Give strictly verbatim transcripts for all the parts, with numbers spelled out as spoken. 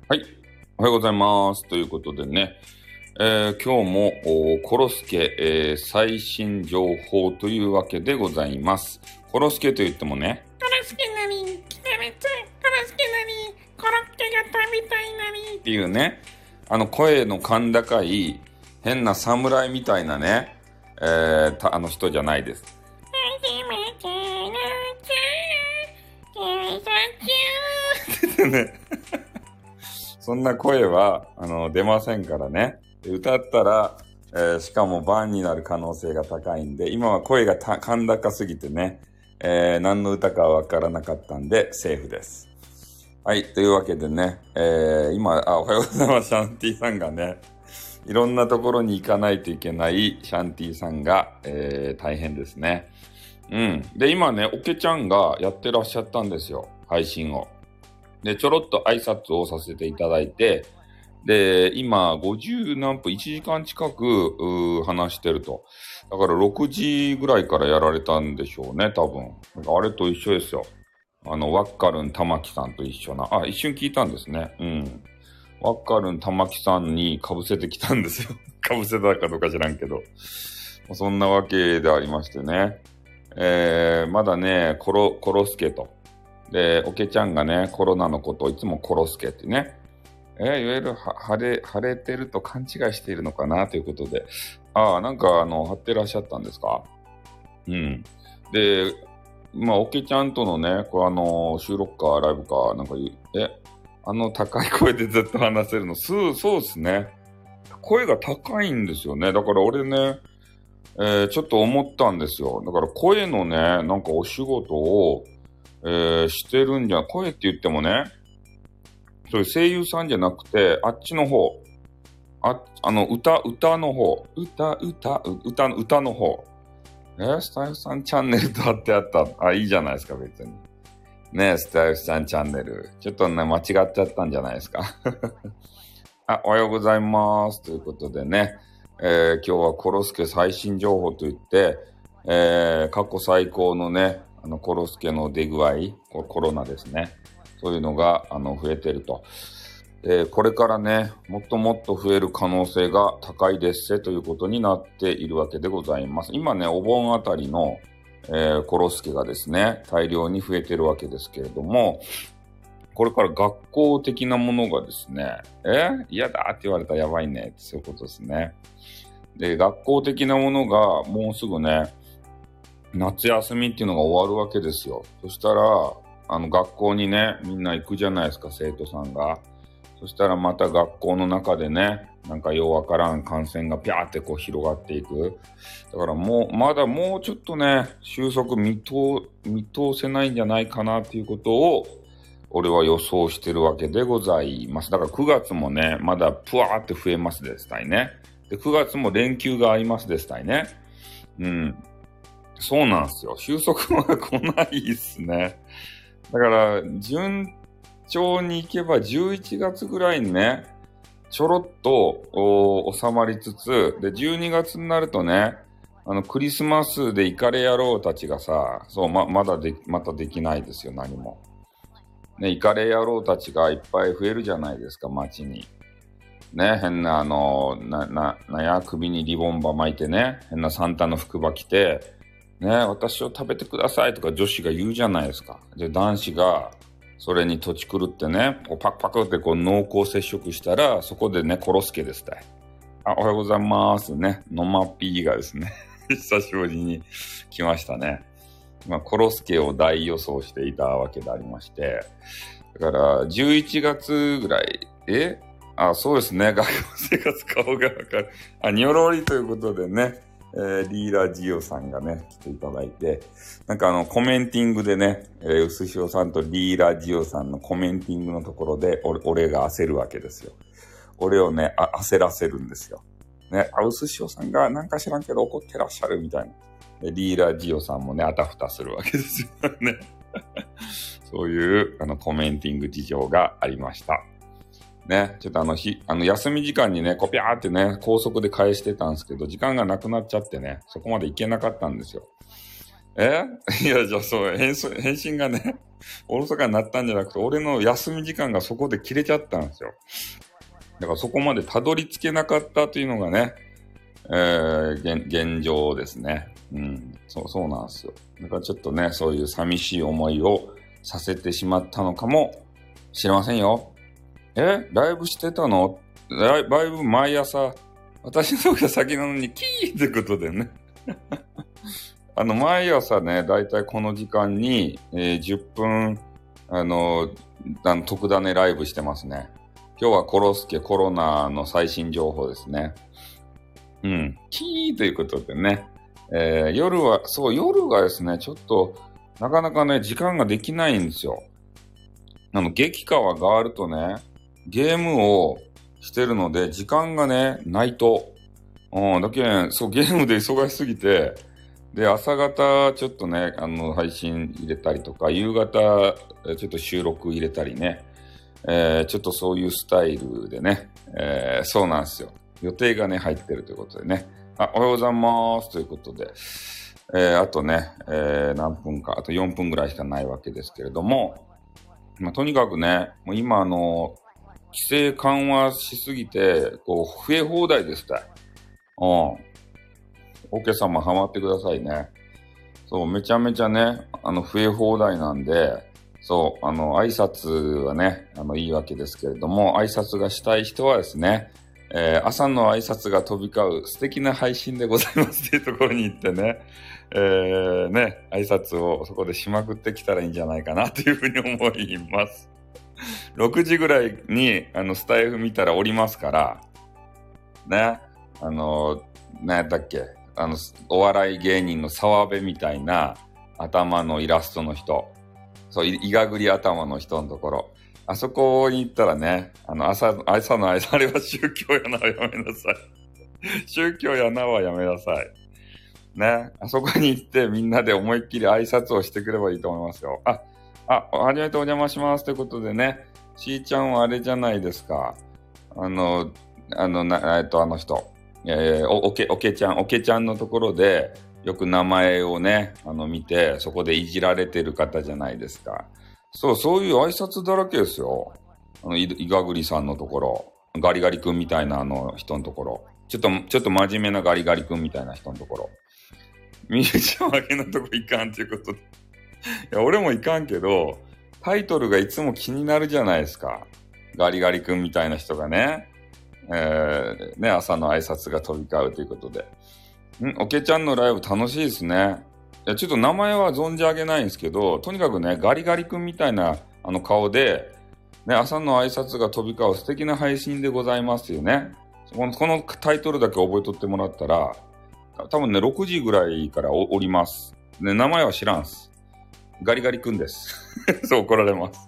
はい。おはようございます。ということでね、えー今日も、おコロスケ、えー最新情報というわけでございます。コロスケと言ってもね、 コロスケなり、キタレツ、コロスケなり、コロッケが食べたいなり。 っていうね、あの声の甲高い変な侍みたいなね、えーたあの人じゃないです。 初めての警察。 ね、そんな声はあの出ませんからね。歌ったら、えーしかもバンになる可能性が高いんで、今は声がた甲高すぎてね、えー何の歌かわからなかったんでセーフです。はい。というわけでね、えー今、あ、おはようございます。シャンティさんがね、いろんなところに行かないといけないシャンティさんが、えー大変ですね。うん。で、今ね、オケちゃんがやってらっしゃったんですよ。配信を。で、ちょろっと挨拶をさせていただいて、で、今、ごじゅう何分、いちじかん近く、うー話してると。だからろくじぐらいからやられたんでしょうね、多分。あれと一緒ですよ。あの、ワッカルン玉木さんと一緒な。あ、一瞬聞いたんですね。うん。ワッカルン玉木さんに被せてきたんですよ。被せたかどうか知らんけど。そんなわけでありましてね。えー、まだね、コロ、コロスケと。で、オケちゃんがね、コロナのことをいつもコロスケってね。えー、いわゆるは晴れ、晴れてると勘違いしているのかなということで。ああ、なんかあの、貼ってらっしゃったんですか？うん。で、まあ、オケちゃんとのね、こうあの、収録かライブか、なんか言う、え、あの高い声でずっと話せるの、そう、そうですね。声が高いんですよね。だから俺ね、えーちょっと思ったんですよ。だから声のね、なんかお仕事を、えーしてるんじゃ、声って言ってもね、そういう声優さんじゃなくて、あっちの方、あ、あの、歌、歌の方、歌、歌、う歌の、歌の方。えースタイフさんチャンネルと貼ってあった。あ、いいじゃないですか、別に。ねえ、スタイフさんチャンネル。ちょっとね、間違っちゃったんじゃないですか。あ、おはようございます。ということでね、えー今日はコロスケ最新情報といって、えー過去最高のね、あの、コロスケの出具合、ココロナですね。そういうのが、あの、増えてると。えーこれからね、もっともっと増える可能性が高いですせということになっているわけでございます。今ね、お盆あたりの、えーコロスケがですね、大量に増えてるわけですけれども、これから学校的なものがですね、え嫌だって言われたらやばいねってそういうことですね。で、学校的なものがもうすぐね、夏休みっていうのが終わるわけですよ。そしたら、あの学校にね、みんな行くじゃないですか、生徒さんが。そしたらまた学校の中でね、なんかようわからん感染がピャーってこう広がっていく。だからもう、まだもうちょっとね、収束見通、見通せないんじゃないかなっていうことを、俺は予想してるわけでございます。だからくがつもね、まだプワーって増えますですたいね。で、くがつも連休がありますですたいね。うん。そうなんですよ。収束は来ないっすね。だから、順調に行けばじゅういちがつぐらいにね、ちょろっとお収まりつつ、で、じゅうにがつになるとね、あの、クリスマスでイカレ野郎たちがさ、そう、ま、まだで、またできないですよ、何も。ね、イカレ野郎たちがいっぱい増えるじゃないですか、街に。ね、変なあの、な、な、なや、首にリボンバ巻いてね、変なサンタの服ば着て、ね、私を食べてくださいとか女子が言うじゃないですか。で、男子が、それに土地狂ってね、こうパクパクってこう濃厚接触したら、そこでね、コロスケですたい。あ、おはようございますね。ノマピーがですね、久しぶりに来ましたね。まあ、コロスケを大予想していたわけでありまして。だから、じゅういちがつぐらい、えあ、そうですね。学校生活顔がわかる。あ、ニョロリということでね、えー、リーラジオさんがね、来ていただいて、なんかあの、コメンティングでね、えー、うすしおさんとリーラジオさんのコメンティングのところで、俺、俺が焦るわけですよ。俺をね、あ焦らせるんですよ。ね、あ、うすしおさんがなんか知らんけど怒ってらっしゃるみたいな。でリーラジオさんもね、あたふたするわけですよね。そういうあのコメンティング事情がありました。ね、ちょっとあの日、あの休み時間にね、コピャーってね、高速で返してたんですけど、時間がなくなっちゃってね、そこまで行けなかったんですよ。 えいや、じゃあそう、返信返信がね、おろそかになったんじゃなくて、俺の休み時間がそこで切れちゃったんですよ。だからそこまでたどり着けなかったというのがね、えー、現、現状ですね。うん。そう、そうなんですよ。だからちょっとね、そういう寂しい思いをさせてしまったのかもしれませんよ。えライブしてたのライライブ毎朝、私の方が先なのにキーってことでね。あの、毎朝ね、だいたいこの時間に、えー、じゅっぷん、あの、あの特ダネライブしてますね。今日はコロスケコロナの最新情報ですね。うん。キーということでね。えー、夜は、そう、夜がですね、ちょっと、なかなかね、時間ができないんですよ。あの、激川があるとね、ゲームをしてるので、時間がね、ないと。うん、だけん、そう、ゲームで忙しすぎて、で、朝方、ちょっとね、あの、配信入れたりとか、夕方、ちょっと収録入れたりね、えー、ちょっとそういうスタイルでね、えー、そうなんですよ。予定がね、入ってるということでね。あ、おはようございます。ということで、えー、あとね、えー、何分か、あとよんぷんぐらいしかないわけですけれども、まあ、とにかくね、もう今、あの、規制緩和しすぎて、こう、増え放題ですって。うん。オーケーさんもハマってくださいね。そう、めちゃめちゃね、あの、増え放題なんで、そう、あの、挨拶はね、あの、いいわけですけれども、挨拶がしたい人はですね、えー、朝の挨拶が飛び交う素敵な配信でございますっていうところに行ってね、えー、ね、挨拶をそこでしまくってきたらいいんじゃないかなというふうに思います。ろくじぐらいに、あの、スタイフ見たらおりますから、ね、あの、何やったっけ、あの、お笑い芸人の澤部みたいな頭のイラストの人、そう、い、いがぐり頭の人のところ、あそこに行ったらね、あの、朝、朝の挨拶、あれは宗教やなはやめなさい。宗教やなはやめなさい。ね、あそこに行ってみんなで思いっきり挨拶をしてくればいいと思いますよ。あ、あ、はじめてお邪魔しますということでね、しーちゃんはあれじゃないですか。あの、あの、な、えっと、あの人。えー、お、おけ、おけちゃん、おけちゃんのところで、よく名前をね、あの、見て、そこでいじられてる方じゃないですか。そう、そういう挨拶だらけですよ。あの、い、いがぐりさんのところ。ガリガリ君みたいなあの人のところ。ちょっと、ちょっと真面目なガリガリ君みたいな人のところ。みゆちゃんわけのとこいかんっていうことで。いや、俺もいかんけど、タイトルがいつも気になるじゃないですか。ガリガリ君みたいな人がね。えー、ね、朝の挨拶が飛び交うということで。ん、おけちゃんのライブ楽しいですね。いや、ちょっと名前は存じ上げないんですけど、とにかくね、ガリガリ君みたいなあの顔で、ね、朝の挨拶が飛び交う素敵な配信でございますよね。この、このタイトルだけ覚えとってもらったら、多分ね、ろくじぐらいからお、おります。ね、名前は知らんす。ガリガリ君です。そう怒られます。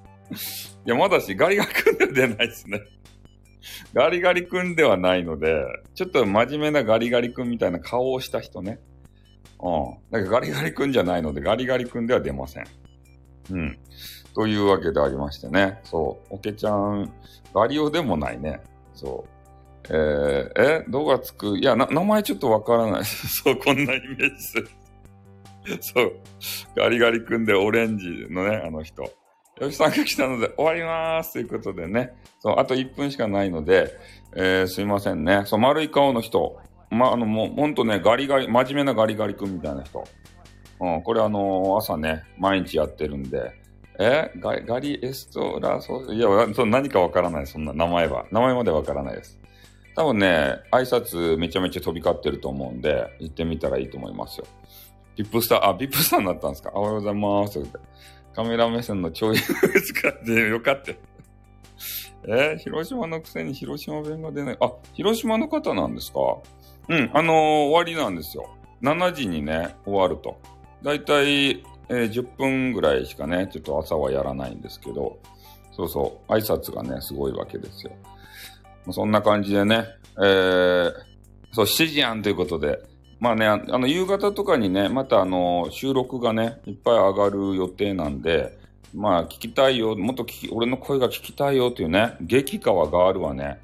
いや、まだし、ガリガリ君では出ないですね。ガリガリ君ではないので、ちょっと真面目なガリガリ君みたいな顔をした人ね。うん。だからガリガリ君じゃないので、ガリガリ君では出ません。うん。というわけでありましてね。そう。おけちゃん、ガリオでもないね。そう。えー、え、どうがつくいや、な、名前ちょっとわからない。そう、こんなイメージする。そう。ガリガリ君でオレンジのね、あの人。よしさんが来たので終わりまーすということでね。そう、あといっぷんしかないので、えー、すいませんね。そう、丸い顔の人。ま、あの、もう、ほんとね、ガリガリ、真面目なガリガリ君みたいな人。うん、これあのー、朝ね、毎日やってるんで。えガリ、ガリエストラソーいや、そ何かわからない。そんな名前は。名前までわからないです。多分ね、挨拶めちゃめちゃ飛び交ってると思うんで、行ってみたらいいと思いますよ。ビップスター、あ、ビップスターになったんですか。おはようございます。カメラ目線の超優使ってよかった。えー、広島のくせに広島弁が出ない。あ、広島の方なんですか。うん、あのー、終わりなんですよ。しちじにね、終わると。だいたい、えー、じゅっぷんぐらいしかね、ちょっと朝はやらないんですけど、そうそう、挨拶がね、すごいわけですよ。そんな感じでね、えー、そう、しちじやんということで、まあね、あの、夕方とかにね、またあの、収録がね、いっぱい上がる予定なんで、まあ、聞きたいよ、もっと聞き、俺の声が聞きたいよっていうね、激川ガールはね、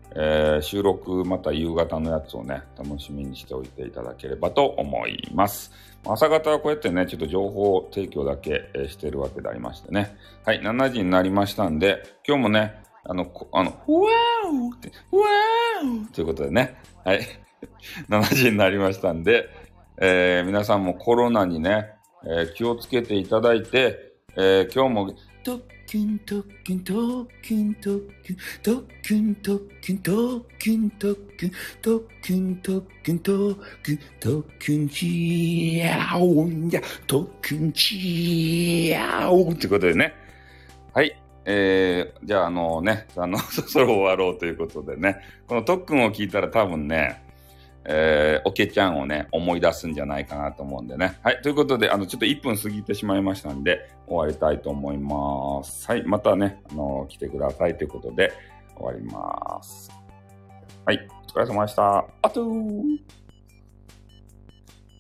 えー、収録また夕方のやつをね、楽しみにしておいていただければと思います。朝方はこうやってね、ちょっと情報提供だけ、えー、してるわけでありましてね。はい、しちじになりましたんで、今日もね、あの、あの、うわーって、うわーということでね、はい、しちじになりましたんで、えー、皆さんもコロナにね、えー、気をつけていただいて、えー、今日も、特訓特訓特訓特訓特訓特訓特訓特訓特訓特訓特訓特訓しやおんや特訓しやおってことでね。はい。えー、じゃああのね、あの、そろそろ終わろうということでね、この特訓を聞いたら多分ね、えー、おけちゃんをね、思い出すんじゃないかなと思うんでね。はい。ということで、あの、ちょっといっぷん過ぎてしまいましたんで、終わりたいと思います。はい。またね、あの、来てくださいということで、終わります。はい。お疲れ様でした。あとー。